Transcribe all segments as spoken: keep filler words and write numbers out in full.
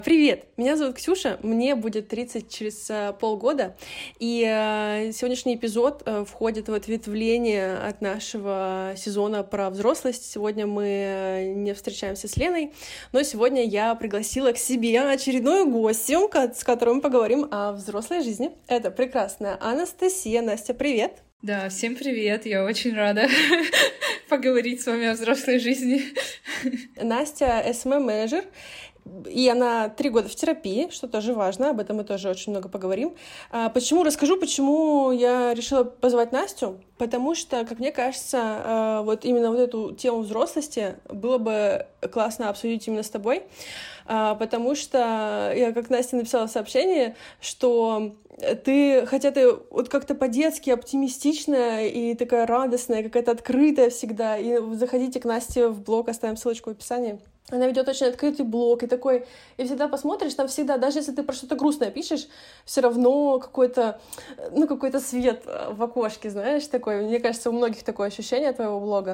Привет, меня зовут Ксюша, мне будет тридцать через э, полгода, и э, сегодняшний эпизод э, входит в ответвление от нашего сезона про взрослость. Сегодня мы э, не встречаемся с Леной, но сегодня я пригласила к себе очередную гостью, с которой мы поговорим о взрослой жизни. Это прекрасная Анастасия. Настя, привет! Да, всем привет, я очень рада поговорить с вами о взрослой жизни. Настя эс эм эм-менеджер, и она три года в терапии, что тоже важно, об этом мы тоже очень много поговорим. А почему? Расскажу, почему я решила позвать Настю, потому что, как мне кажется, вот именно вот эту тему взрослости было бы классно обсудить именно с тобой, потому что я, как Настя написала в сообщении, что ты, хотя ты вот как-то по-детски оптимистичная и такая радостная, какая-то открытая всегда, и заходите к Насте в блог, оставим ссылочку в описании. Она ведет очень открытый блог и такой, и всегда посмотришь, там всегда, даже если ты про что-то грустное пишешь, все равно какой-то, ну, какой-то свет в окошке, знаешь, такой. Мне кажется, у многих такое ощущение от твоего блога.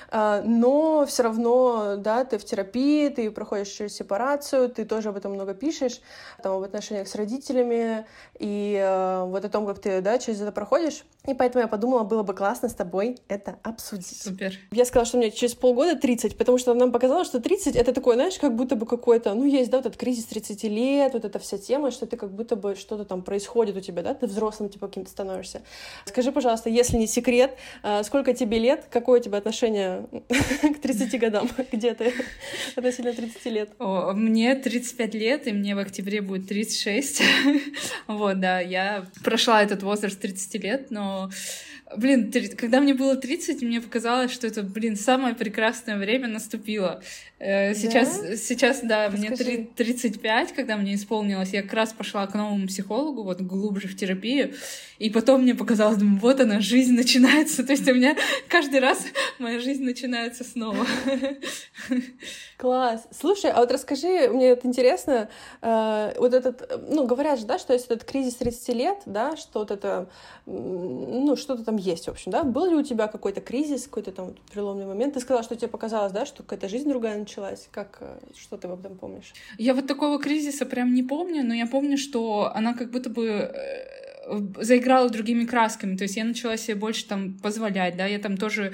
Но все равно, да, ты в терапии, ты проходишь через сепарацию, ты тоже об этом много пишешь, там, об отношениях с родителями, и вот о том, как ты, да, через это проходишь. И поэтому я подумала, было бы классно с тобой это обсудить. Супер. Я сказала, что мне через полгода тридцать, потому что нам показалось, что тридцать это такое, знаешь, как будто бы какой-то, ну, есть, да, вот этот кризис тридцати лет, вот эта вся тема, что ты как будто бы что-то там происходит у тебя, да, ты взрослым, типа, каким-то становишься. Скажи, пожалуйста, если не секрет, сколько тебе лет, какое у тебя отношение к тридцати годам? Где ты относительно тридцати лет? О, мне тридцать пять лет, и мне в октябре будет тридцать шесть. Вот, да, я прошла этот возраст тридцати лет, но, блин, когда мне было тридцать, мне показалось, что это, блин, самое прекрасное время наступило. Сейчас, да? сейчас, да, Расскажи. Мне тридцать пять, когда мне исполнилось, я как раз пошла к новому психологу, вот глубже в терапию, и потом мне показалось, думаю, вот она, жизнь начинается, то есть у меня каждый раз моя жизнь начинается снова. Класс. Слушай, а вот расскажи, мне это интересно, э, вот этот, ну, говорят же, да, что есть этот кризис тридцати лет, да, что вот это, ну, что-то там есть, в общем, да, был ли у тебя какой-то кризис, какой-то там переломный момент? Ты сказала, что тебе показалось, да, что какая-то жизнь другая началась, как, что ты об этом помнишь? Я вот такого кризиса прям не помню, но я помню, что она как будто бы заиграла другими красками, то есть я начала себе больше там позволять, да, я там тоже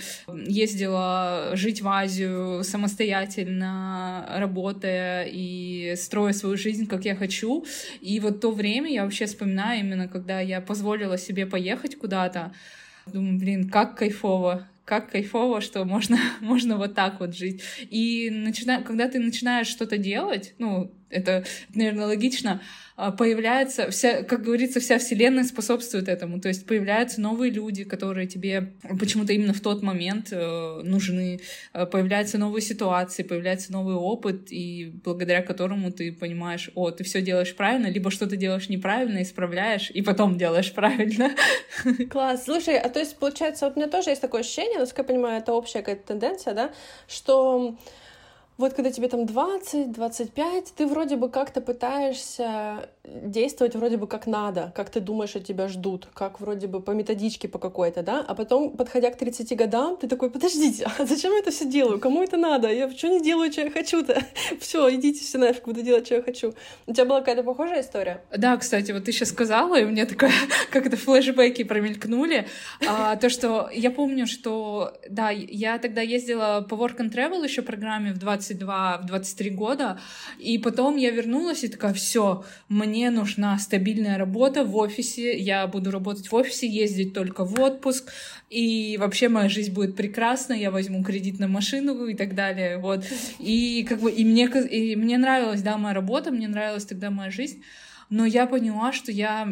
ездила жить в Азию самостоятельно, работая и строя свою жизнь, как я хочу, и вот то время я вообще вспоминаю именно, когда я позволила себе поехать куда-то, думаю, блин, как кайфово, как кайфово, что можно, можно вот так вот жить. И начина... когда ты начинаешь что-то делать, ну, это, наверное, логично, появляется, вся, как говорится, вся вселенная способствует этому. То есть появляются новые люди, которые тебе почему-то именно в тот момент э, нужны. Появляются новые ситуации, появляется новый опыт, и благодаря которому ты понимаешь, о, ты все делаешь правильно, либо что-то делаешь неправильно, исправляешь, и потом делаешь правильно. Класс. Слушай, а то есть, получается, вот у меня тоже есть такое ощущение, насколько я понимаю, это общая какая-то тенденция, да, что вот когда тебе там двадцать двадцать пять, ты вроде бы как-то пытаешься действовать вроде бы как надо, как ты думаешь, от тебя ждут, как вроде бы по методичке по какой-то, да, а потом, подходя к тридцати годам, ты такой, подождите, а зачем я это все делаю, кому это надо, я что не делаю, что я хочу-то, все, идите все нафиг, буду делать, что я хочу. У тебя была какая-то похожая история? Да, кстати, вот ты сейчас сказала, и у меня такая, как это, флешбеки промелькнули, а, то, что я помню, что, да, я тогда ездила по Work and Travel еще программе в двадцать два двадцать три года, и потом я вернулась и такая, все, мне нужна стабильная работа в офисе, я буду работать в офисе, ездить только в отпуск, и вообще моя жизнь будет прекрасна, я возьму кредит на машину и так далее, вот. И как бы, и мне, и мне нравилась, да, моя работа, мне нравилась тогда моя жизнь, но я поняла, что я...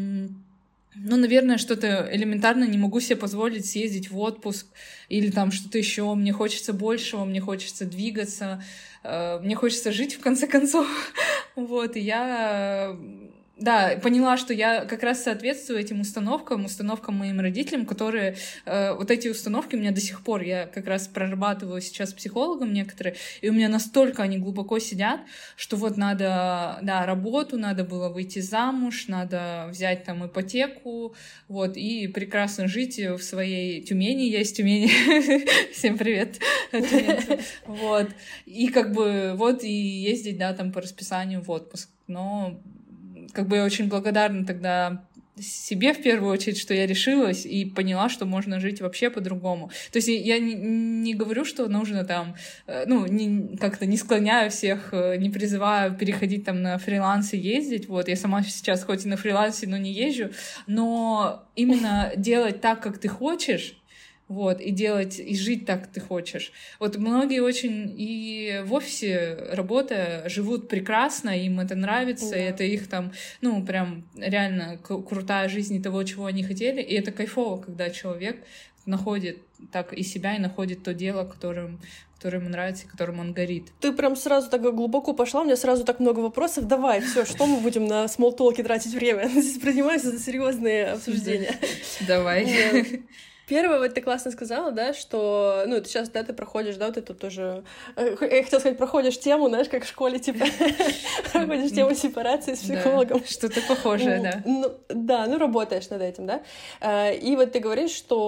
Ну, наверное, что-то элементарно не могу себе позволить съездить в отпуск или там что-то еще. Мне хочется большего, мне хочется двигаться, мне хочется жить, в конце концов. Вот, и я да, поняла, что я как раз соответствую этим установкам, установкам моим родителям, которые... Э, вот эти установки у меня до сих пор, я как раз прорабатываю сейчас с психологом некоторые, и у меня настолько они глубоко сидят, что вот надо, да, работу, надо было выйти замуж, надо взять там ипотеку, вот, и прекрасно жить в своей Тюмени. Я из Тюмени. Всем привет. Вот. И как бы вот и ездить, да, там по расписанию в отпуск. Но как бы я очень благодарна тогда себе в первую очередь, что я решилась и поняла, что можно жить вообще по-другому. То есть я не, не говорю, что нужно там, ну, не, как-то не склоняю всех, не призываю переходить там на фриланс и ездить. Вот, я сама сейчас хоть и на фрилансе, но не езжу, но именно делать так, как ты хочешь, вот, и делать, и жить так, как ты хочешь. Вот многие очень и в офисе, работая, живут прекрасно, им это нравится, да. И это их там, ну, прям реально крутая жизнь и того, чего они хотели, и это кайфово, когда человек находит так и себя, и находит то дело, которым, которое ему нравится, и которым он горит. Ты прям сразу так глубоко пошла, у меня сразу так много вопросов. Давай, все, что мы будем на смолтолке тратить время? Здесь принимаемся за серьезные обсуждения. Давай. Первое, вот ты классно сказала, да, что, ну, ты сейчас, да, ты проходишь, да, вот это тоже, я хотела сказать, проходишь тему, знаешь, как в школе, типа, проходишь тему сепарации с психологом. Что-то похожее, да. Да, ну, работаешь над этим, да. И вот ты говоришь,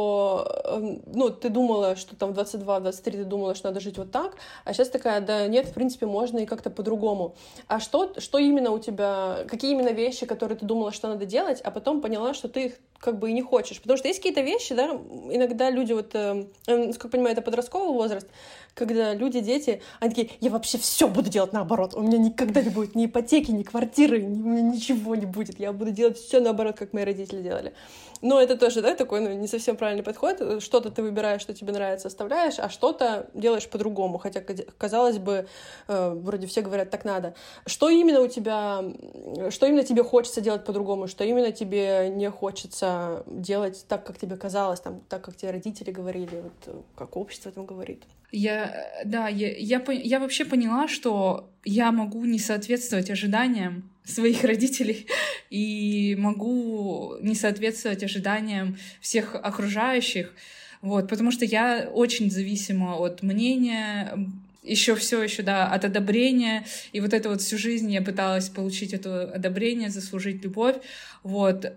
что, ну, ты думала, что там в двадцать два двадцать три ты думала, что надо жить вот так, а сейчас такая, да, нет, в принципе, можно и как-то по-другому. А что, что именно у тебя, какие именно вещи, которые ты думала, что надо делать, а потом поняла, что ты их как бы и не хочешь? Потому что есть какие-то вещи, да, иногда люди, вот, э, как понимаю, это подростковый возраст, когда люди, дети, они такие, я вообще все буду делать наоборот, у меня никогда не будет ни ипотеки, ни квартиры, ни, у меня ничего не будет, я буду делать все наоборот, как мои родители делали. Но это тоже, да, такой, ну, не совсем правильный подход, что-то ты выбираешь, что тебе нравится, оставляешь, а что-то делаешь по-другому, хотя, казалось бы, э, вроде все говорят, так надо. Что именно у тебя, что именно тебе хочется делать по-другому, что именно тебе не хочется делать так, как тебе казалось, там, так, как тебе родители говорили, вот, как общество там говорит? Я, да, я, я, я вообще поняла, что я могу не соответствовать ожиданиям своих родителей и могу не соответствовать ожиданиям всех окружающих, вот, потому что я очень зависима от мнения, еще все еще, да, от одобрения, и вот это вот всю жизнь я пыталась получить это одобрение, заслужить любовь, вот,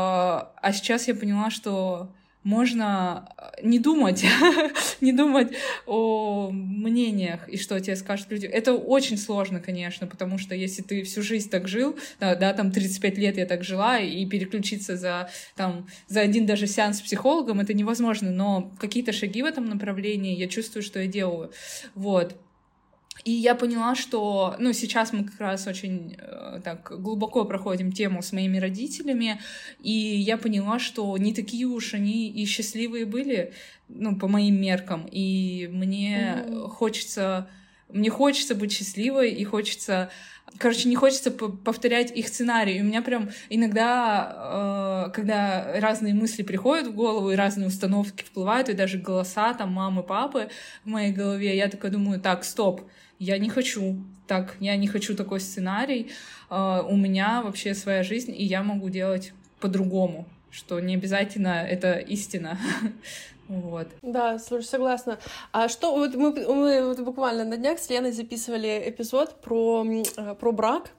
а сейчас я поняла, что можно не думать, не думать о мнениях и что тебе скажут люди. Это очень сложно, конечно, потому что если ты всю жизнь так жил, да, да, там тридцать пять лет я так жила, и переключиться за, там, за один даже сеанс с психологом, это невозможно, но какие-то шаги в этом направлении я чувствую, что я делаю. Вот. И я поняла, что, ну, сейчас мы как раз очень э, так глубоко проходим тему с моими родителями, и я поняла, что не такие уж они и счастливые были, ну, по моим меркам, и мне mm-hmm. хочется, мне хочется быть счастливой, и хочется, короче, не хочется повторять их сценарий. И у меня прям иногда, э, когда разные мысли приходят в голову, и разные установки вплывают, и даже голоса там мамы, папы в моей голове, я такая думаю, так, стоп, я не хочу так, я не хочу такой сценарий, uh, у меня вообще своя жизнь, и я могу делать по-другому, что не обязательно это истина. Вот. Да, слушай, согласна. А что, вот мы, мы вот буквально на днях с Леной записывали эпизод про, про брак,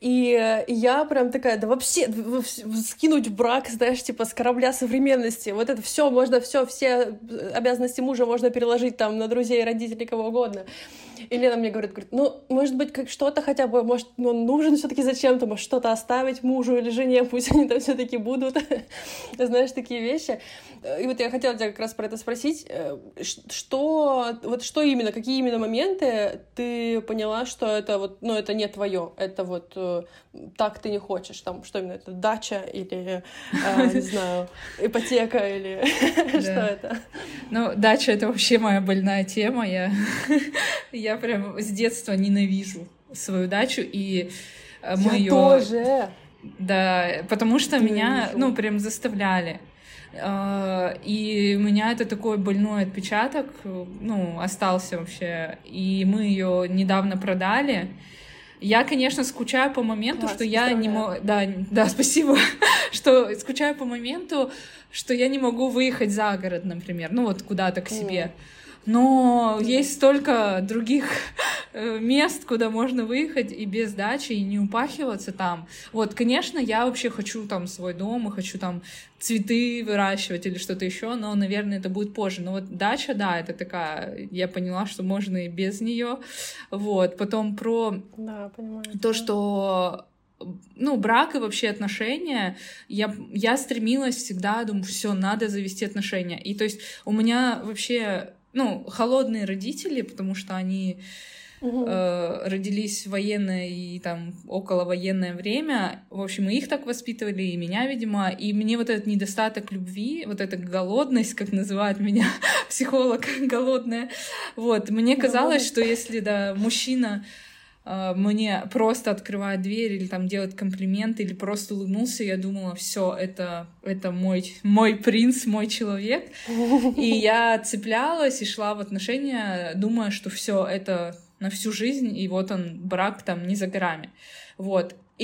и я прям такая, да вообще, скинуть брак, знаешь, типа с корабля современности, вот это все можно, все, все обязанности мужа можно переложить там на друзей, родителей, кого угодно. И Лена мне говорит, говорит, ну, может быть, как что-то хотя бы, может, он нужен все-таки зачем-то, может, что-то оставить мужу или жене, пусть они там все-таки будут, знаешь, такие вещи. И вот я хотела тебя как раз про это спросить, что, вот что именно, какие именно моменты ты поняла, что это вот, ну, это не твое, это вот так ты не хочешь, там, что именно, это дача или, не знаю, ипотека или что это? Ну, дача — это вообще моя больная тема, я... Я прям с детства ненавижу свою дачу, и мы я ее... тоже! Да, потому что Ты меня, ненавижу. ну, прям заставляли. И у меня это такой больной отпечаток, ну, остался вообще. И мы ее недавно продали, Я, конечно, скучаю по моменту, Класс, что я не поздравляю. могу... Да, да, спасибо. Что скучаю по моменту, что я не могу выехать за город, например, ну вот куда-то к себе. Но есть столько других э, мест, куда можно выехать и без дачи, и не упахиваться там. Вот, конечно, я вообще хочу там свой дом, и хочу там цветы выращивать или что-то еще, но, наверное, это будет позже. Но вот дача, да, это такая, я поняла, что можно и без нее. Вот, потом про Да, понимаю. то, что ну, брак и вообще отношения, я, я стремилась всегда, думаю, все, надо завести отношения. И то есть у меня вообще, ну, холодные родители, потому что они Угу. э, родились в военное и там околовоенное время. В общем, и их так воспитывали, и меня, видимо. И мне вот этот недостаток любви, вот эта голодность, как называет меня психолог, голодная, вот, мне казалось, что если, да, мужчина мне просто открывает дверь или там делает комплимент или просто улыбнулся, я думала, все, это, это мой, мой принц, мой человек. И я цеплялась и шла в отношения, думая, что все это на всю жизнь, и вот он, брак там не за горами. Вот. И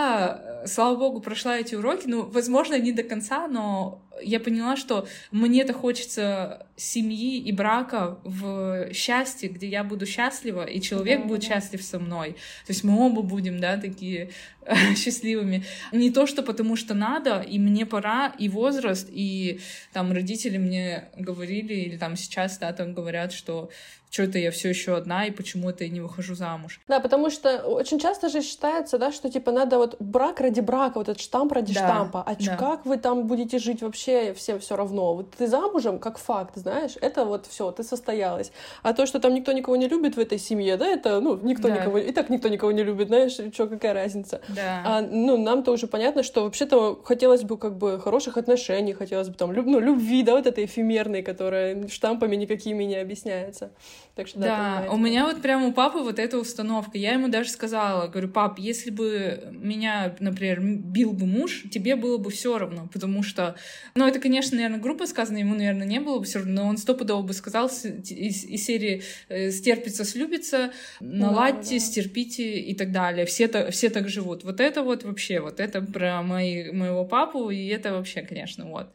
я, слава богу, прошла эти уроки, ну, возможно, не до конца, но я поняла, что мне-то хочется семьи и брака в счастье, где я буду счастлива, и человек да, будет да. счастлив со мной. То есть мы оба будем, да, такие счастливыми. Не то, что потому что надо, и мне пора, и возраст, и там родители мне говорили, или там сейчас, да, там говорят, что что-то я все еще одна, и почему-то я не выхожу замуж. Да, потому что очень часто же считается, да, что типа надо вот брак ради брака, вот этот штамп ради да, штампа. А да. как вы там будете жить вообще, всем все равно. Вот ты замужем, как факт, знаешь, это вот все, ты состоялась. А то, что там никто никого не любит в этой семье, да, это, ну, никто да. никого, и так никто никого не любит, знаешь, что, какая разница. Да. А, ну, нам-то уже понятно, что вообще-то хотелось бы как бы хороших отношений, хотелось бы там, люб, ну, любви, да, вот этой эфемерной, которая штампами никакими не объясняется. Так что, да, да, у меня вот прямо у папы вот эта установка. Я ему даже сказала, говорю, пап, если бы меня, например, бил бы муж, тебе было бы все равно, потому что, ну, это, конечно, наверное, грубо сказано, ему, наверное, не было бы все равно, но он стопудово бы сказал из, из серии «стерпится, слюбится», «наладьте, да, да. стерпите» и так далее. Все, так, все так живут. Вот это вот вообще, вот это про мои, моего папу, и это вообще, конечно, вот.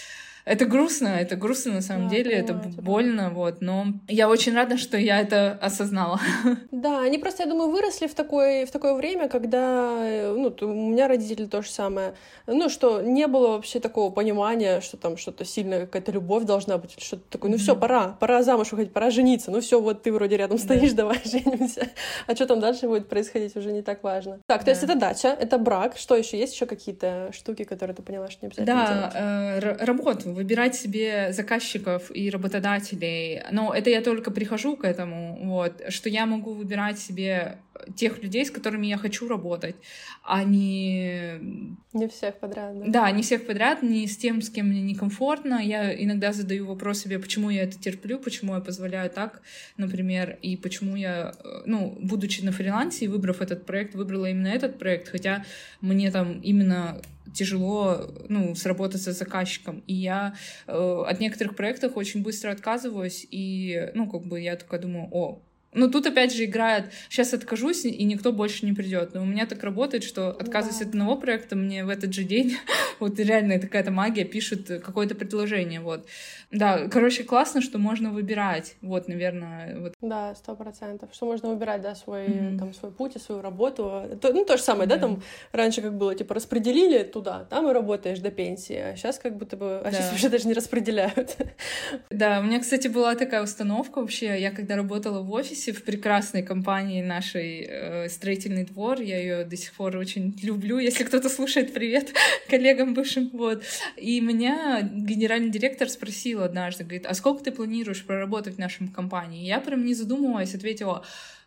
Это грустно, это грустно на самом да, деле, это больно, вот, но я очень рада, что я это осознала. Да, они просто, я думаю, выросли в такое, в такое время, когда, ну, у меня родители то же самое, ну, что не было вообще такого понимания, что там что-то сильное, какая-то любовь должна быть, что-то такое, ну, mm-hmm. все, пора, пора замуж выходить, пора жениться, ну, все, вот ты вроде рядом стоишь, да. давай женимся, а что там дальше будет происходить, уже не так важно. Так, то да. есть это дача, это брак, что еще есть еще какие-то штуки, которые ты поняла, что не обязательно делать? Да, э, работа. Выбирать себе заказчиков и работодателей. Но это я только прихожу к этому, вот, что я могу выбирать себе тех людей, с которыми я хочу работать, а не... Не всех подряд, да? Да, не всех подряд, не с тем, с кем мне некомфортно. Я иногда задаю вопрос себе, почему я это терплю, почему я позволяю так, например, и почему я, ну, будучи на фрилансе и выбрав этот проект, выбрала именно этот проект, хотя мне там именно тяжело, ну, сработаться с заказчиком. И я э, от некоторых проектов очень быстро отказываюсь, и, ну, как бы я такая думаю, о, ну, тут опять же играет, сейчас откажусь, и никто больше не придет. Но у меня так работает, что отказываясь да. от одного проекта, мне в этот же день, вот реально какая-то магия, пишут какое-то предложение, вот. Да, короче, классно, что можно выбирать, вот, наверное. Вот. Да, сто процентов, что можно выбирать, да, свой, mm-hmm. там, свой путь и свою работу. То, ну, то же самое, да. да, там раньше как было, типа, распределили туда, там и работаешь до пенсии, а сейчас как будто бы, а да. сейчас уже даже не распределяют. Да, у меня, кстати, была такая установка вообще, я когда работала в офисе, в прекрасной компании нашей э, «Строительный двор». Я ее до сих пор очень люблю. Если кто-то слушает, привет коллегам бывшим. Вот. И меня генеральный директор спросил однажды, говорит, а сколько ты планируешь проработать в нашей компании? Я прям не задумываясь ответила,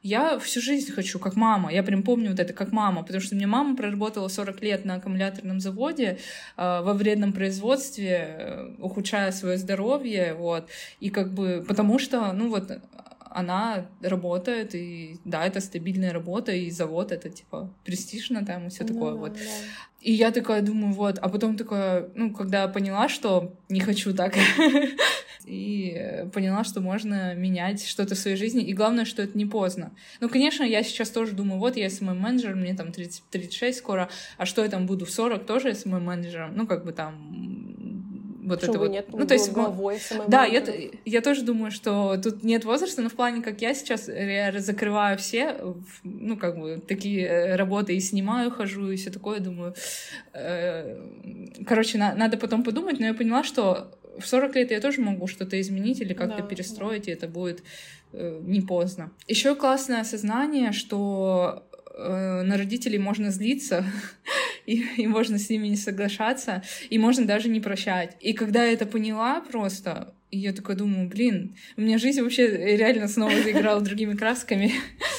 я всю жизнь хочу, как мама. Я прям помню вот это, как мама, потому что у меня мама проработала сорок лет на аккумуляторном заводе э, во вредном производстве, э, ухудшая свое здоровье, вот. И как бы, потому что, ну вот, она работает, и да, это стабильная работа, и завод это, типа, престижно там, и все ну, такое, да, вот. Да. И я такая думаю, вот, а потом такая, ну, когда поняла, что не хочу так, и поняла, что можно менять что-то в своей жизни, и главное, что это не поздно. Ну, конечно, я сейчас тоже думаю, вот, я эс эм эм-менеджер, мне там тридцать, тридцать шесть скоро, а что я там буду в сорок тоже эс эм эм-менеджером? Ну, как бы там... Вот Почему это вот. Нет, ну, то есть, главой да, я, я тоже думаю, что тут нет возраста, но в плане, как я сейчас я закрываю все, ну, как бы, такие работы и снимаю, хожу, и все такое, думаю. Э, короче, на, надо потом подумать, но я поняла, что в сорок лет я тоже могу что-то изменить или как-то да, перестроить, да. И это будет э, не поздно. Еще классное осознание, что э, на родителей можно злиться, И, и можно с ними не соглашаться, и можно даже не прощать. И когда я это поняла просто, я такая думаю, блин, у меня жизнь вообще реально снова заиграла другими красками.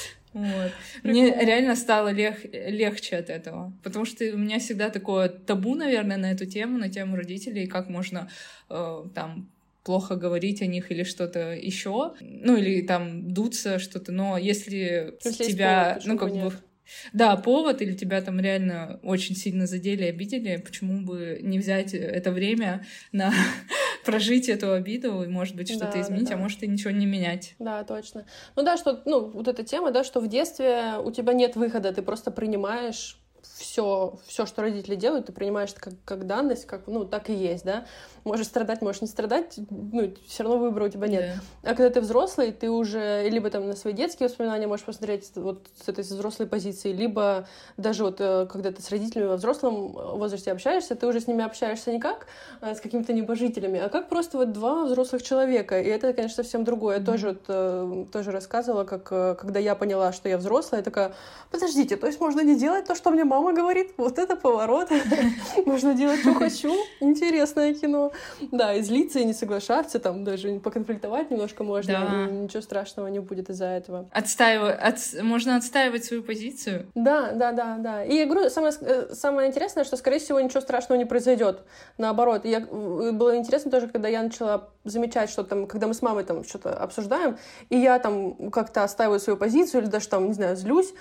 Вот. Мне реально стало лег- легче от этого, потому что у меня всегда такое табу, наверное, на эту тему, на тему родителей, как можно э, там плохо говорить о них или что-то еще, ну или там дуться что-то, но если, если тебя, повод, ну как бы... Да, повод, или тебя там реально очень сильно задели, обидели, почему бы не взять это время на прожить эту обиду и, может быть, что-то да, изменить, да, да. а может и ничего не менять. Да, точно. Ну да, что, ну, вот эта тема, да, что в детстве у тебя нет выхода, ты просто принимаешь все, все, что родители делают, ты принимаешь это как, как данность, как, ну, так и есть, да. Можешь страдать, можешь не страдать, ну, все равно выбора у тебя нет. Yeah. А когда ты взрослый, ты уже либо там на свои детские воспоминания можешь посмотреть вот с этой взрослой позиции, либо даже вот когда ты с родителями во взрослом возрасте общаешься, ты уже с ними общаешься не как а, с какими-то небожителями, а как просто вот два взрослых человека. И это, конечно, совсем другое. Я mm-hmm. тоже, вот, тоже рассказывала, как когда я поняла, что я взрослая, я такая, подождите, то есть можно не делать то, что мне мама говорит? Вот это поворот. Можно делать, что хочу. Интересное кино. Да, и злиться, и не соглашаться, там даже поконфликтовать немножко можно, да. И ничего страшного не будет из-за этого. Отстаивать, от... можно отстаивать свою позицию. Да, да, да, да. И я говорю, самое, самое интересное, что, скорее всего, ничего страшного не произойдет. Наоборот, я... было интересно тоже, когда я начала замечать, что там, когда мы с мамой там что-то обсуждаем, и я там как-то отстаиваю свою позицию, или даже там, не знаю, злюсь,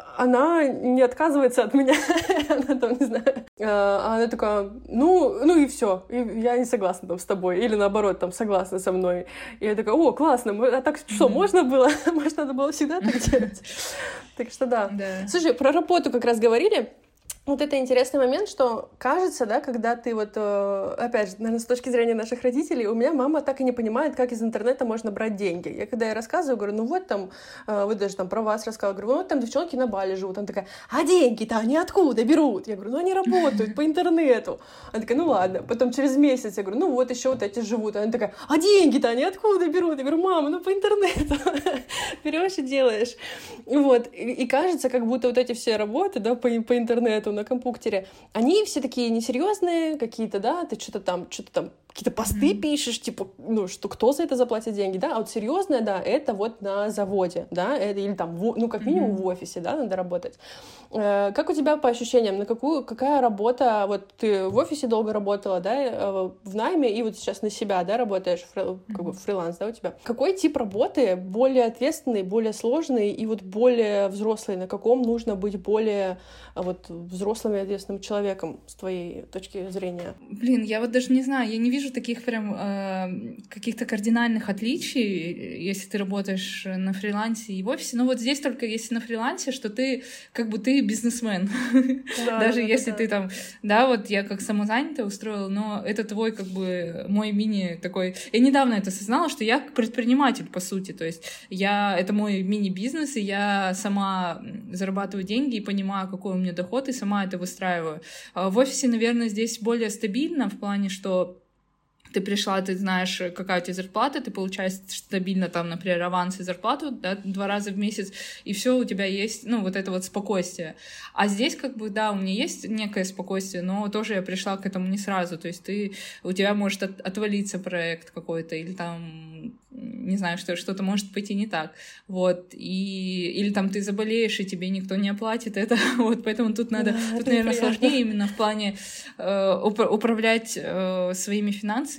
она не отказывается от меня. Она там, не знаю, она такая, ну, ну и все, я не согласна там с тобой, или наоборот, там, согласна со мной. И я такая, о, классно, а так что, можно было? Может, надо было всегда так делать? Так что да. Слушай, про работу как раз говорили. Вот это интересный момент, что кажется, да, когда ты вот, опять же, наверное, с точки зрения наших родителей, у меня мама так и не понимает, как из интернета можно брать деньги. Я когда я рассказываю, говорю, ну вот там, вы даже там про вас рассказывали, говорю, ну вот там девчонки на Бали живут, она такая, а деньги-то они откуда берут? Я говорю, ну они работают по интернету. Она такая, ну ладно. Потом через месяц я говорю, ну вот еще вот эти живут. Она такая, а деньги-то они откуда берут? Я говорю, мама, ну по интернету. Берешь и делаешь. Вот. И кажется, как будто вот эти все работы, да, по интернету, на компьютере, они все такие несерьезные, какие-то, да, ты что-то там, что-то там, какие-то посты mm-hmm. пишешь, типа, ну, что кто за это заплатит деньги, да, а вот серьезное, да, это вот на заводе, да, это, или там, в, ну, как минимум mm-hmm. в офисе, да, надо работать. Э, как у тебя по ощущениям, на какую, какая работа, вот ты в офисе долго работала, да, в найме, и вот сейчас на себя, да, работаешь, фри, mm-hmm. как бы фриланс, да, у тебя. Какой тип работы более ответственный, более сложный и вот более взрослый, на каком нужно быть более вот взрослым и ответственным человеком с твоей точки зрения? Блин, я вот даже не знаю, я не вижу таких прям э, каких-то кардинальных отличий, если ты работаешь на фрилансе и в офисе. Но вот здесь только если на фрилансе, что ты как бы ты бизнесмен. Да, даже да, если да. ты там, да, вот я как самозанятая устроила, но это твой как бы мой мини такой... Я недавно это осознала, что я предприниматель, по сути, то есть я это мой мини-бизнес, и я сама зарабатываю деньги и понимаю, какой у меня доход, и сама это выстраиваю. В офисе, наверное, здесь более стабильно в плане, что ты пришла, ты знаешь, какая у тебя зарплата, ты получаешь стабильно там, например, аванс и зарплату, да, два раза в месяц, и все у тебя есть, ну, вот это вот спокойствие. А здесь, как бы, да, у меня есть некое спокойствие, но тоже я пришла к этому не сразу, то есть ты, у тебя может от, отвалиться проект какой-то, или там, не знаю, что, что-то может пойти не так, вот, и, или там ты заболеешь, и тебе никто не оплатит это, вот, поэтому тут надо, да, тут, наверное, приятно. Сложнее именно в плане э, уп- управлять э, своими финансами,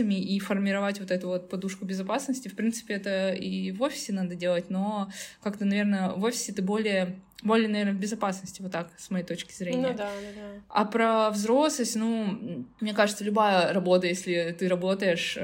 границами и формировать вот эту вот подушку безопасности. В принципе, это и в офисе надо делать, но как-то, наверное, в офисе ты более... более, наверное, в безопасности, вот так, с моей точки зрения. Ну да, ну да. А про взрослость, ну, мне кажется, любая работа, если ты работаешь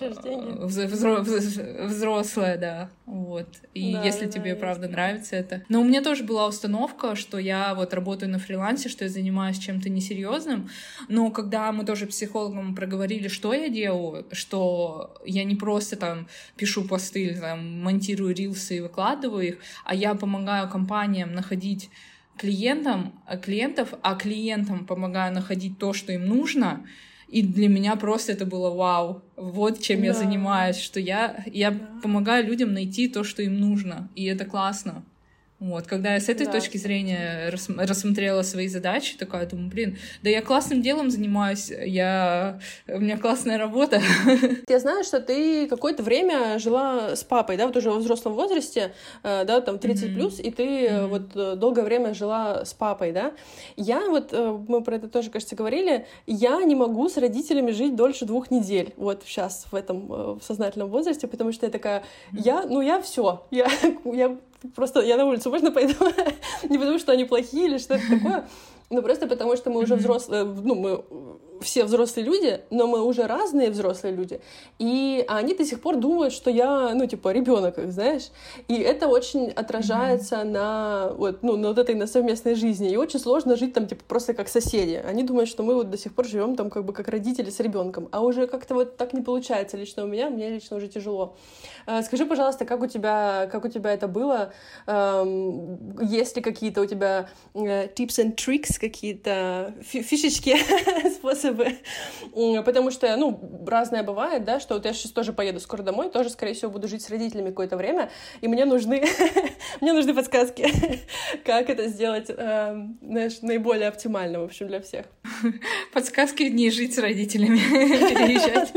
взро- взрослая, да, вот. И да, если да, тебе, да, правда, нравится это. Но у меня тоже была установка, что я вот работаю на фрилансе, что я занимаюсь чем-то несерьезным, но когда мы тоже психологам проговорили, что я делаю, что я не просто там пишу посты, там, монтирую рилсы и выкладываю их, а я помогаю компаниям находить клиентам, клиентов, а клиентам помогаю находить то, что им нужно. И для меня просто это было вау. Вот чем да. я занимаюсь, что я, я да. помогаю людям найти то, что им нужно. И это классно. Вот, когда я с этой да, точки зрения рас, рассмотрела свои задачи, такая, думаю, блин, да я классным делом занимаюсь, я... у меня классная работа. Я знаю, что ты какое-то время жила с папой, да, вот уже во взрослом возрасте, да, там тридцать плюс, mm-hmm. и ты mm-hmm. вот долгое время жила с папой, да. Я вот, мы про это тоже, кажется, говорили, я не могу с родителями жить дольше двух недель, вот сейчас в этом в сознательном возрасте, потому что я такая, mm-hmm. я, ну я все, я, я просто, я на улицу можно пойду? Не потому, что они плохие или что-то такое, но просто потому, что мы уже взрослые, ну, мы все взрослые люди, но мы уже разные взрослые люди, и они до сих пор думают, что я, ну, типа, ребенок, знаешь, и это очень отражается mm-hmm. на, вот, ну, на вот этой на совместной жизни, и очень сложно жить там, типа, просто как соседи. Они думают, что мы вот до сих пор живем там как бы как родители с ребенком, а уже как-то вот так не получается лично у меня, мне лично уже тяжело. Скажи, пожалуйста, как у тебя, как у тебя это было? Есть ли какие-то у тебя tips and tricks, какие-то фишечки, способы? Потому что, ну, разное бывает, да, что вот я сейчас тоже поеду скоро домой, тоже, скорее всего, буду жить с родителями какое-то время, и мне нужны, мне нужны подсказки, как это сделать, знаешь, наиболее оптимально, в общем, для всех. Подсказки не жить с родителями, переезжать.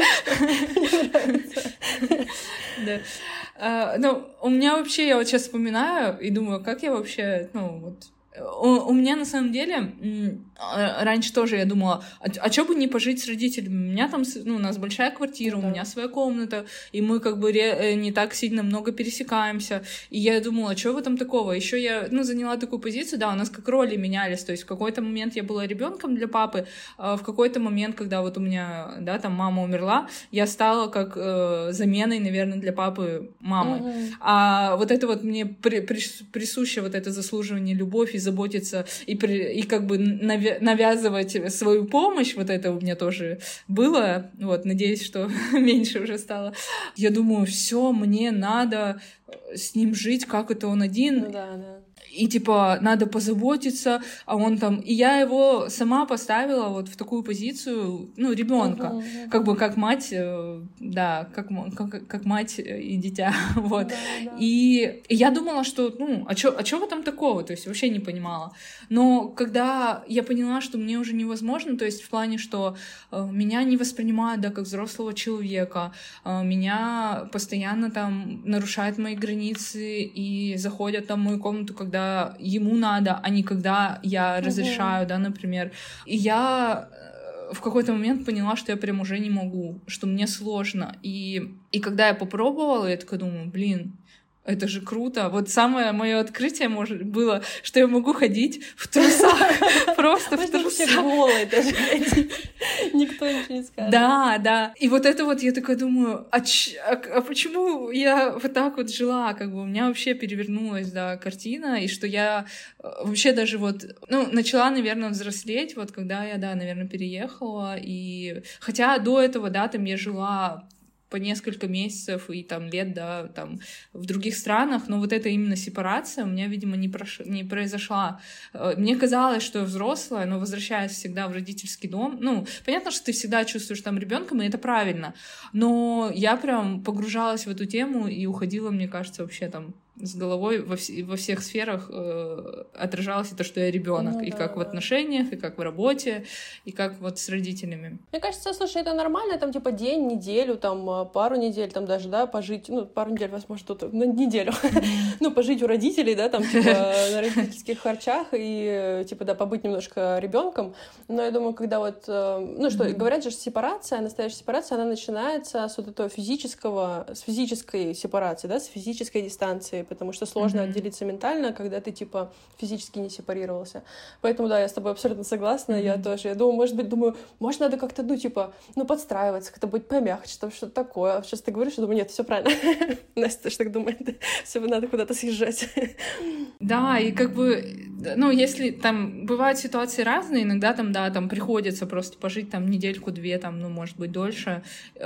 Да. Uh, ну, у меня вообще, я вот сейчас вспоминаю и думаю, как я вообще, ну, вот... У, у меня, на самом деле, раньше тоже я думала, а, а что бы не пожить с родителями? У меня там, ну, у нас большая квартира, да. у меня своя комната, и мы как бы ре, не так сильно много пересекаемся. И я думала, а что в этом такого? Еще я, ну, заняла такую позицию, да, у нас как роли менялись, то есть в какой-то момент я была ребенком для папы, а в какой-то момент, когда вот у меня, да, там мама умерла, я стала как э, заменой, наверное, для папы мамы. Mm-hmm. А вот это вот мне при, при, присуще вот это заслуживание любовь и заботиться, и, при, и как бы навязывать свою помощь, вот это у меня тоже было, вот, надеюсь, что меньше уже стало. Я думаю, все, мне надо с ним жить, как это он один. Ну да, да. И, типа, надо позаботиться, а он там... И я его сама поставила вот в такую позицию, ну, ребенка, uh-huh, uh-huh. как бы как мать, да, как, как, как мать и дитя, вот. Да, да. И, и я думала, что, ну, а чё, а чё в этом такого? То есть вообще не понимала. Но когда я поняла, что мне уже невозможно, то есть в плане, что э, меня не воспринимают, да, как взрослого человека, э, меня постоянно там нарушают мои границы и заходят там в мою комнату, когда ему надо, а не когда я разрешаю, uh-huh. да, например. И я в какой-то момент поняла, что я прям уже не могу, что мне сложно. И, и когда я попробовала, я такая думаю, блин, это же круто. Вот самое мое открытие может было, что я могу ходить в трусах. Просто в трусах. Голой даже. Никто ничего не скажет. Да, да. И вот это вот я такая думаю, а, ч... а, а почему я вот так вот жила? Как бы у меня вообще перевернулась, да, картина, и что я вообще даже вот, ну, начала, наверное, взрослеть, вот когда я, да, наверное, переехала. И хотя до этого, да, там я жила по несколько месяцев и там лет, да, там в других странах, но вот эта именно сепарация у меня, видимо, не, прош... не произошла. Мне казалось, что я взрослая, но возвращаюсь всегда в родительский дом. Ну, понятно, что ты всегда чувствуешь там ребенком, и это правильно, но я прям погружалась в эту тему и уходила, мне кажется, вообще там с головой во, вс- во всех сферах э, отражалось то, что я ребенок, Ну, и да, как в да. отношениях, и как в работе, и как вот с родителями. Мне кажется, слушай, это нормально, там, типа, день, неделю, там, пару недель, там, даже, да, пожить, ну, пару недель, возможно, тут, на неделю, ну, пожить у родителей, да, там, типа, на родительских харчах и, типа, да, побыть немножко ребенком. Но я думаю, когда вот, ну, что, говорят же, сепарация, настоящая сепарация, она начинается с вот этого физического, с физической сепарации, да, с физической дистанции, потому что сложно Мгм. отделиться ментально, когда ты, типа, физически не сепарировался. Поэтому, да, я с тобой абсолютно согласна, я Мгм. тоже, я думаю, может быть, думаю, может, надо как-то, ну, типа, ну, подстраиваться, как-то быть помягче, там, что-то такое. А сейчас ты говоришь, я думаю, нет, все правильно. Настя тоже так думает, все, надо куда-то съезжать. Да, и как бы, ну, если там бывают ситуации разные, иногда там, да, там приходится просто пожить там недельку-две, там, ну, может быть, дольше,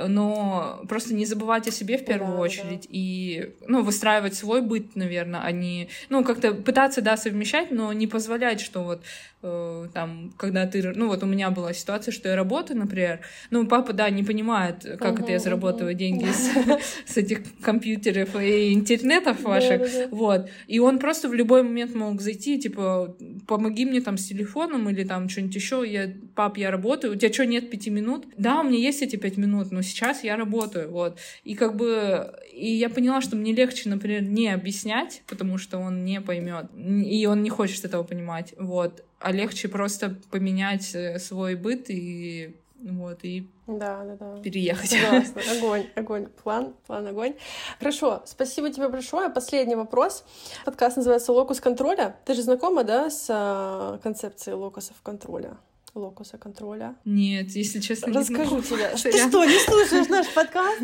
но просто не забывать о себе в первую Да, да, очередь да. и, ну, выстраивать свой быт, наверное, а не, ну, как-то пытаться, да, совмещать, но не позволять, что вот э, там, когда ты, ну, вот у меня была ситуация, что я работаю, например, ну, папа, да, не понимает, как это я Мгм, зарабатываю мгм. деньги с, с этих компьютеров и интернетов Да, ваших, да, да. вот, и он просто в любой момент мог зайти, типа, помоги мне там с телефоном или там что-нибудь еще, я, пап, я работаю, у тебя что, нет пяти минут? Да, у меня есть эти пять минут, но сейчас я работаю, вот, и как бы, и я поняла, что мне легче, например, не объяснять, потому что он не поймет, и он не хочет этого понимать, вот, а легче просто поменять э, свой быт и вот, и Да, да, да. переехать. Согласна. Огонь, огонь. План, план, огонь. Хорошо, спасибо тебе большое. Последний вопрос. Подкаст называется «Локус контроля». Ты же знакома, да, с а, концепцией локусов контроля? Локуса контроля. Нет, если честно, не Расскажу знакома. тебе. Ты что, не слушаешь наш подкаст?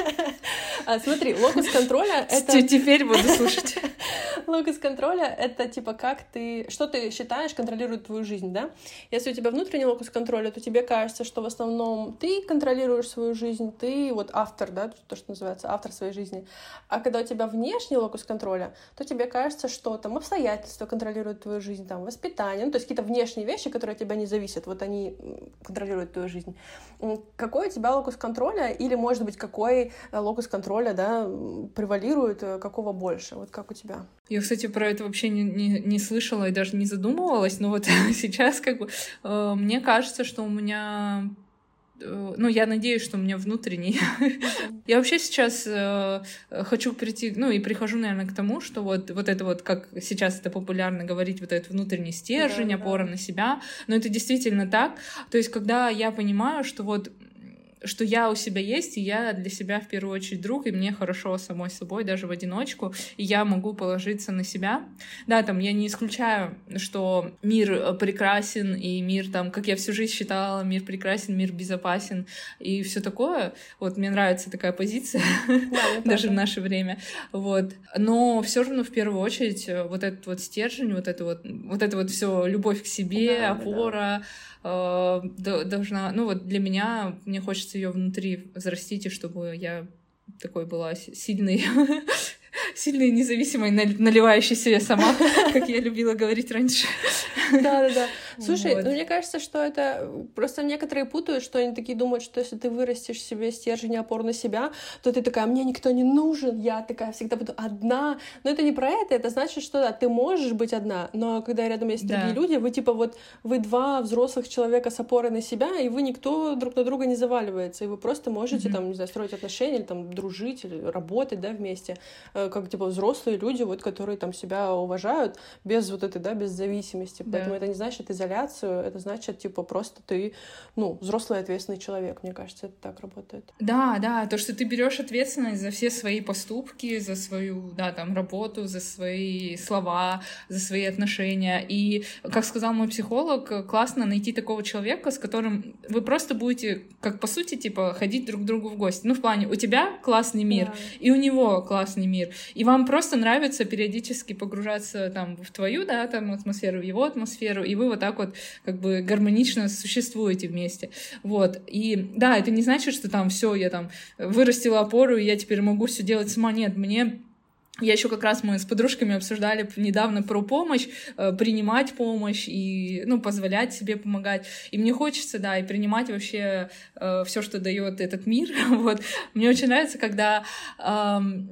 А, смотри, локус контроля — это... Теперь буду слушать. Локус контроля — это типа как ты... Что ты считаешь контролирует твою жизнь, да? Если у тебя внутренний локус контроля, то тебе кажется, что в основном ты контролируешь свою жизнь, ты вот автор, да, то, что называется автор своей жизни. А когда у тебя внешний локус контроля, то тебе кажется, что там обстоятельства контролируют твою жизнь, там воспитание, ну, то есть какие-то внешние вещи, которые от тебя не зависят, вот они контролируют твою жизнь. Какой у тебя локус контроля или, может быть, какой локус контроля, да, превалирует, какого больше? Вот как у тебя? Я, кстати, про это вообще не, не, не слышала и даже не задумывалась, но вот сейчас как бы э, мне кажется, что у меня... э, Ну, я надеюсь, что у меня внутренний. Я вообще сейчас э, хочу прийти, ну, и прихожу, наверное, к тому, что вот, вот это вот, как сейчас это популярно говорить, вот этот внутренний стержень, Да, опора да. на себя, но это действительно так. То есть, когда я понимаю, что вот что я у себя есть, и я для себя в первую очередь друг, и мне хорошо самой собой, даже в одиночку, и я могу положиться на себя. Да, там, я не исключаю, что мир прекрасен, и мир там, как я всю жизнь считала, мир прекрасен, мир безопасен, и все такое. Вот, мне нравится такая позиция, Да, даже в наше время. Вот. Но все равно в первую очередь вот этот вот стержень, вот это вот, вот это вот все любовь к себе, да, опора, да, да. должна, ну вот для меня, мне хочется ее внутри взрастить, и чтобы я такой была сильной, сильной, независимой, наливающей себе сама, как я любила говорить раньше. Да-да-да. Слушай, Вот. ну мне кажется, что это... Просто некоторые путают, что они такие думают, что если ты вырастешь себе стержень и опору на себя, то ты такая, мне никто не нужен, я такая всегда буду одна. Но это не про это, это значит, что да, ты можешь быть одна, но когда рядом есть Да. другие люди, вы типа вот, вы два взрослых человека с опорой на себя, и вы никто друг на друга не заваливается, и вы просто можете Мгм. там, не знаю, строить отношения, или там дружить, или работать, да, вместе, э, как типа взрослые люди, вот, которые там себя уважают без вот этой, да, без зависимости. Да. Поэтому это не значит изоляцию, это значит, типа, просто ты, ну, взрослый ответственный человек. Мне кажется, это так работает. Да, да, то, что ты берешь ответственность за все свои поступки, за свою, да, там, работу, за свои слова, за свои отношения. И, как сказал мой психолог, классно найти такого человека, с которым вы просто будете, как по сути, типа, ходить друг к другу в гости. Ну, в плане, у тебя классный мир, Да. и у него классный мир. И вам просто нравится периодически погружаться там в твою, да, там, атмосферу, в его атмосферу, и вы вот так вот как бы гармонично существуете вместе. Вот. И да, это не значит, что там все, я там вырастила опору, и я теперь могу все делать сама. Нет, мне... Я еще как раз мы с подружками обсуждали недавно про помощь, э, принимать помощь и, ну, позволять себе помогать. И мне хочется, да, и принимать вообще э, все, что дает этот мир. Вот. Мне очень нравится, когда... Э,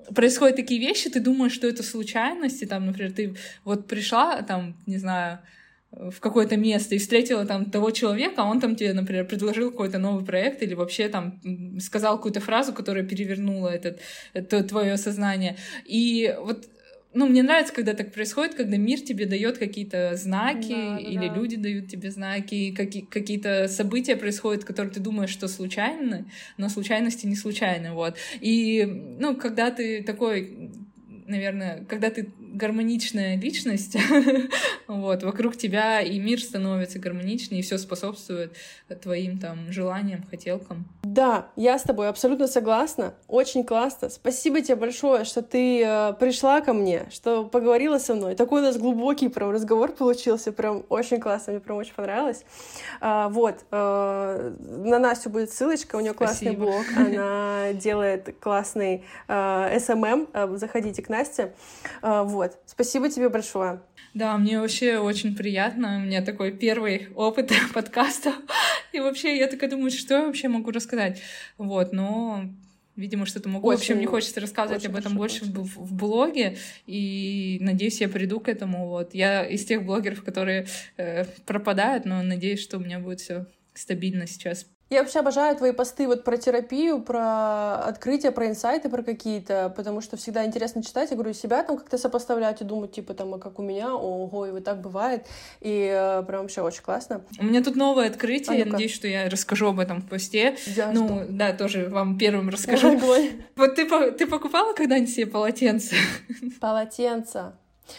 происходят такие вещи, ты думаешь, что это случайность, и там, например, ты вот пришла, там, не знаю, в какое-то место и встретила там того человека, а он там тебе, например, предложил какой-то новый проект или вообще там сказал какую-то фразу, которая перевернула этот, это твое сознание. И вот, ну, мне нравится, когда так происходит, когда мир тебе дает какие-то знаки, да, да, или да. люди дают тебе знаки, какие- какие-то события происходят, которые ты думаешь, что случайны, но случайности не случайны, вот. И, ну, когда ты такой... наверное, когда ты гармоничная личность, вот, вокруг тебя и мир становится гармоничнее, и все способствует твоим там желаниям, хотелкам. Да, я с тобой абсолютно согласна. Очень классно. Спасибо тебе большое, что ты э, пришла ко мне, что поговорила со мной. Такой у нас глубокий прям разговор получился. Прям очень классно, мне прям очень понравилось. А, вот. Э, на Настю будет ссылочка, у нее классный Спасибо. блог. Она делает классный э, эс эм эм. Э, заходите к Насте. Э, вот. Спасибо тебе большое. Да, мне вообще очень приятно. У меня такой первый опыт подкаста. И вообще я такая думаю, что я вообще могу рассказать. Вот, но, видимо, что-то могу. Очень, вообще мне хочется рассказывать об этом больше в, в блоге. И надеюсь, я приду к этому. Вот. Я из тех блогеров, которые э, пропадают, но надеюсь, что у меня будет все стабильно сейчас. Я вообще обожаю твои посты вот про терапию, про открытия, про инсайты, про какие-то, потому что всегда интересно читать. Я говорю, себя там как-то сопоставлять и думать, типа, там, а как у меня, ого, и вот так бывает. И э, прям вообще очень классно. У меня тут новое открытие, а я надеюсь, что я расскажу об этом в посте. Я ну, жду. Да, тоже вам первым расскажу. Вот ты, ты покупала когда-нибудь себе полотенце? Полотенце.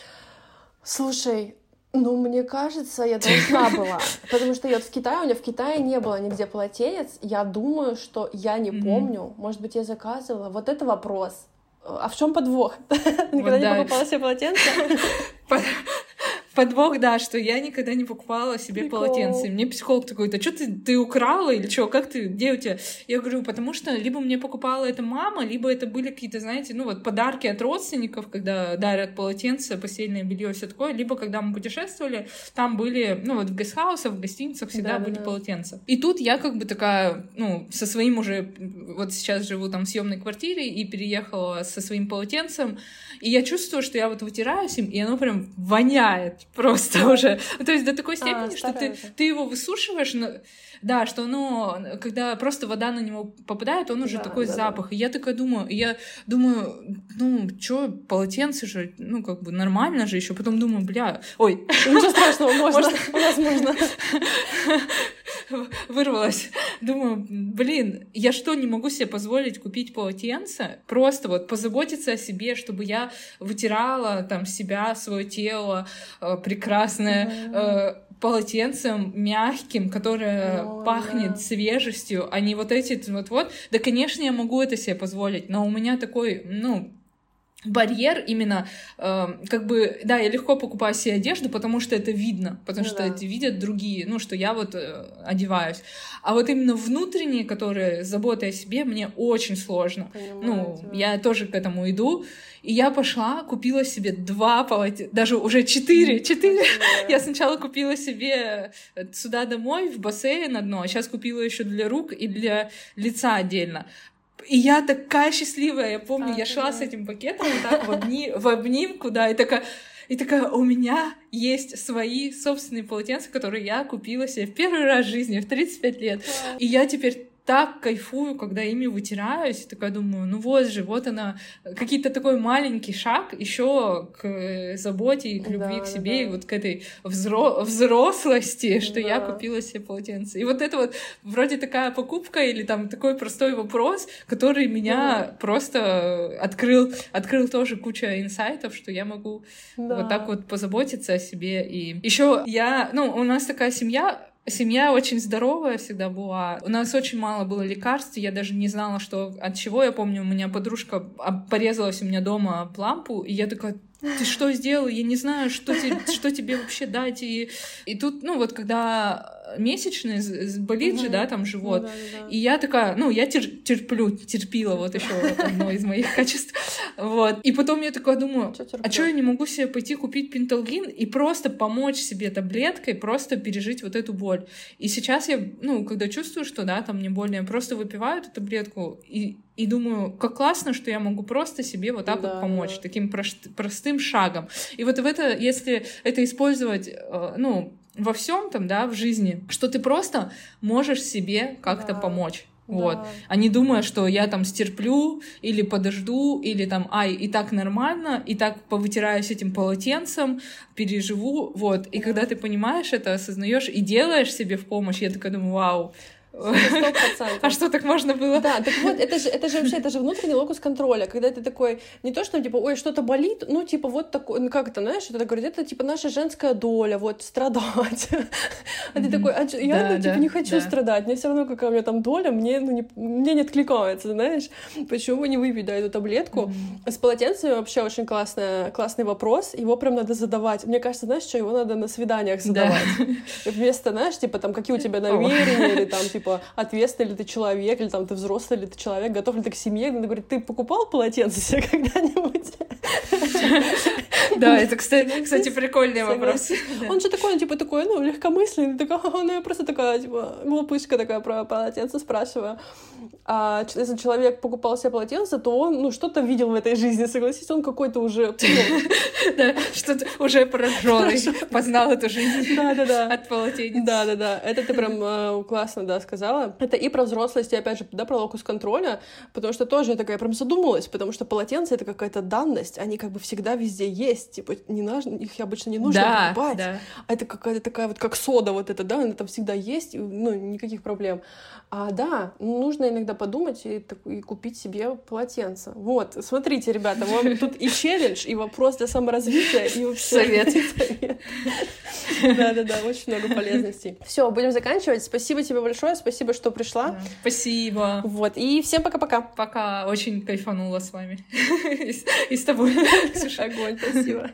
Слушай, ну, мне кажется, я должна была, потому что я вот в Китае, у меня в Китае не было нигде полотенец, я думаю, что я не mm-hmm. помню, может быть, я заказывала, вот это вопрос. А в чем подвох? Никогда вот, не да. покупала себе полотенце? Подвох, да, что я никогда не покупала себе Прикол. полотенце. И мне психолог такой, да что ты, ты украла или что, как ты, где у тебя? Я говорю, потому что либо мне покупала это мама, либо это были какие-то, знаете, ну вот подарки от родственников, когда дарят полотенце, постельное белье, все такое, либо когда мы путешествовали, там были, ну вот в гестхаусах, в гостиницах всегда да, были да. полотенца. И тут я как бы такая, ну, со своим уже, вот сейчас живу там в съемной квартире и переехала со своим полотенцем, и я чувствую, что я вот вытираюсь им, и оно прям воняет. Просто уже. То есть до такой степени, а, что ты, ты его высушиваешь, но, да, что оно, когда просто вода на него попадает, он уже да, такой да, запах. Да. И я такая думаю, я думаю, ну, чё, полотенце же, ну, как бы нормально же еще. Потом думаю, бля, ой. Ничего страшного, можно, у нас можно. Вырвалась. Думаю, блин, я что, не могу себе позволить купить полотенце? Просто вот позаботиться о себе, чтобы я вытирала там себя, свое тело э, прекрасное mm-hmm. э, полотенцем мягким, которое oh, пахнет yeah. свежестью, а не вот эти вот-вот. Да, конечно, я могу это себе позволить, но у меня такой, ну, барьер именно, э, как бы, да, я легко покупаю себе одежду, потому что это видно, потому ну, что да. это видят другие, ну, что я вот э, одеваюсь. А вот именно внутренние, которые заботой о себе, мне очень сложно. Понимаю, ну, да. я тоже к этому иду. И я пошла, купила себе два полотенца, даже уже четыре, четыре. Yeah. Я сначала купила себе сюда домой, в бассейн одно, а сейчас купила еще для рук и для лица отдельно. И я такая счастливая, я помню, а, я шла да. с этим пакетом вот так в, обни... в обнимку, да, и такая, и такая, у меня есть свои собственные полотенца, которые я купила себе в первый раз в жизни, в тридцать пять лет. Да. И я теперь так кайфую, когда ими вытираюсь, и такая думаю, ну вот же, вот она, какие-то такой маленький шаг еще к заботе и к любви да, к себе, да. и вот к этой взро- взрослости, что да. я купила себе полотенце. И вот это вот вроде такая покупка или там такой простой вопрос, который меня да. просто открыл, открыл тоже куча инсайтов, что я могу да. вот так вот позаботиться о себе. И еще я, ну, у нас такая семья, Семья очень здоровая всегда была. У нас очень мало было лекарств. Я даже не знала, что от чего. Я помню, у меня подружка порезалась у меня дома об лампу, и я такая, ты что сделала? Я не знаю, что, te, что тебе вообще дать. И, и тут, ну вот, когда месячные, болит угу. же, да, там живот. Ну, да, да, да. И я такая, ну, я тер- терплю, терпила, вот еще одно из моих качеств. Вот. И потом я такая думаю, а что я не могу себе пойти купить пенталгин и просто помочь себе таблеткой, просто пережить вот эту боль. И сейчас я, ну, когда чувствую, что, да, там мне больно, я просто выпиваю эту таблетку и, и думаю, как классно, что я могу просто себе вот так да, вот помочь, да. таким прост- простым шагом. И вот в это, если это использовать, ну, во всем там, да, в жизни, что ты просто можешь себе как-то да. помочь. Вот. Да. А не думая, что я там стерплю, или подожду, или там, ай, и так нормально, и так повытираюсь этим полотенцем, переживу, вот. И да. когда ты понимаешь это, осознаешь и делаешь себе в помощь, я такая думаю, вау. сто процентов. А что, так можно было? Да, так вот, это же, это же вообще, это же внутренний локус контроля, когда ты такой, не то, что, типа, ой, что-то болит, ну, типа, вот такой, ну, как это, знаешь, это говорит, это, типа, наша женская доля, вот, страдать. А ты такой, я, ну, типа, не хочу страдать, мне все равно, какая у меня там доля, мне, ну, мне не откликается, знаешь, почему не выпить, да, эту таблетку. С полотенцем вообще очень классный вопрос, его прям надо задавать. Мне кажется, знаешь, что, его надо на свиданиях задавать. Вместо, знаешь, типа, там, какие у тебя намерения, или там, типа, ответственный ли ты человек, или там ты взрослый ли ты человек, готов ли ты к семье, надо говорить, ты покупал полотенце себе когда-нибудь? Да, это, кстати, кстати прикольный вопрос. Он же такой, типа, такой, ну, легкомысленный, такой, ну, я просто такая, типа, глупышка такая про полотенце спрашиваю. А если человек покупал себе полотенце, то он, ну, что-то видел в этой жизни, согласись, он какой-то уже... Да, что-то уже прожжённый, познал эту жизнь Да-да-да. от полотенец. Да-да-да, это ты прям классно, да, сказала. Это и про взрослость, и опять же, да, про локус контроля, потому что тоже я такая прям задумалась, потому что полотенце — это какая-то данность, они как бы всегда везде есть, типа, не нужно, их обычно не нужно да, покупать, да. а это какая-то такая вот, как сода вот эта, да, она там всегда есть, ну, никаких проблем. А, да, нужно иногда подумать и, и купить себе полотенце. Вот, смотрите, ребята, вам тут и челлендж, и вопрос для саморазвития, и вообще... Совет. Да-да-да, очень много полезностей. Все, будем заканчивать. Спасибо тебе большое, спасибо, что пришла. Да. Спасибо. Вот, и всем пока-пока. Пока, очень кайфанула с вами. И с тобой, Ксюша. Огонь, спасибо.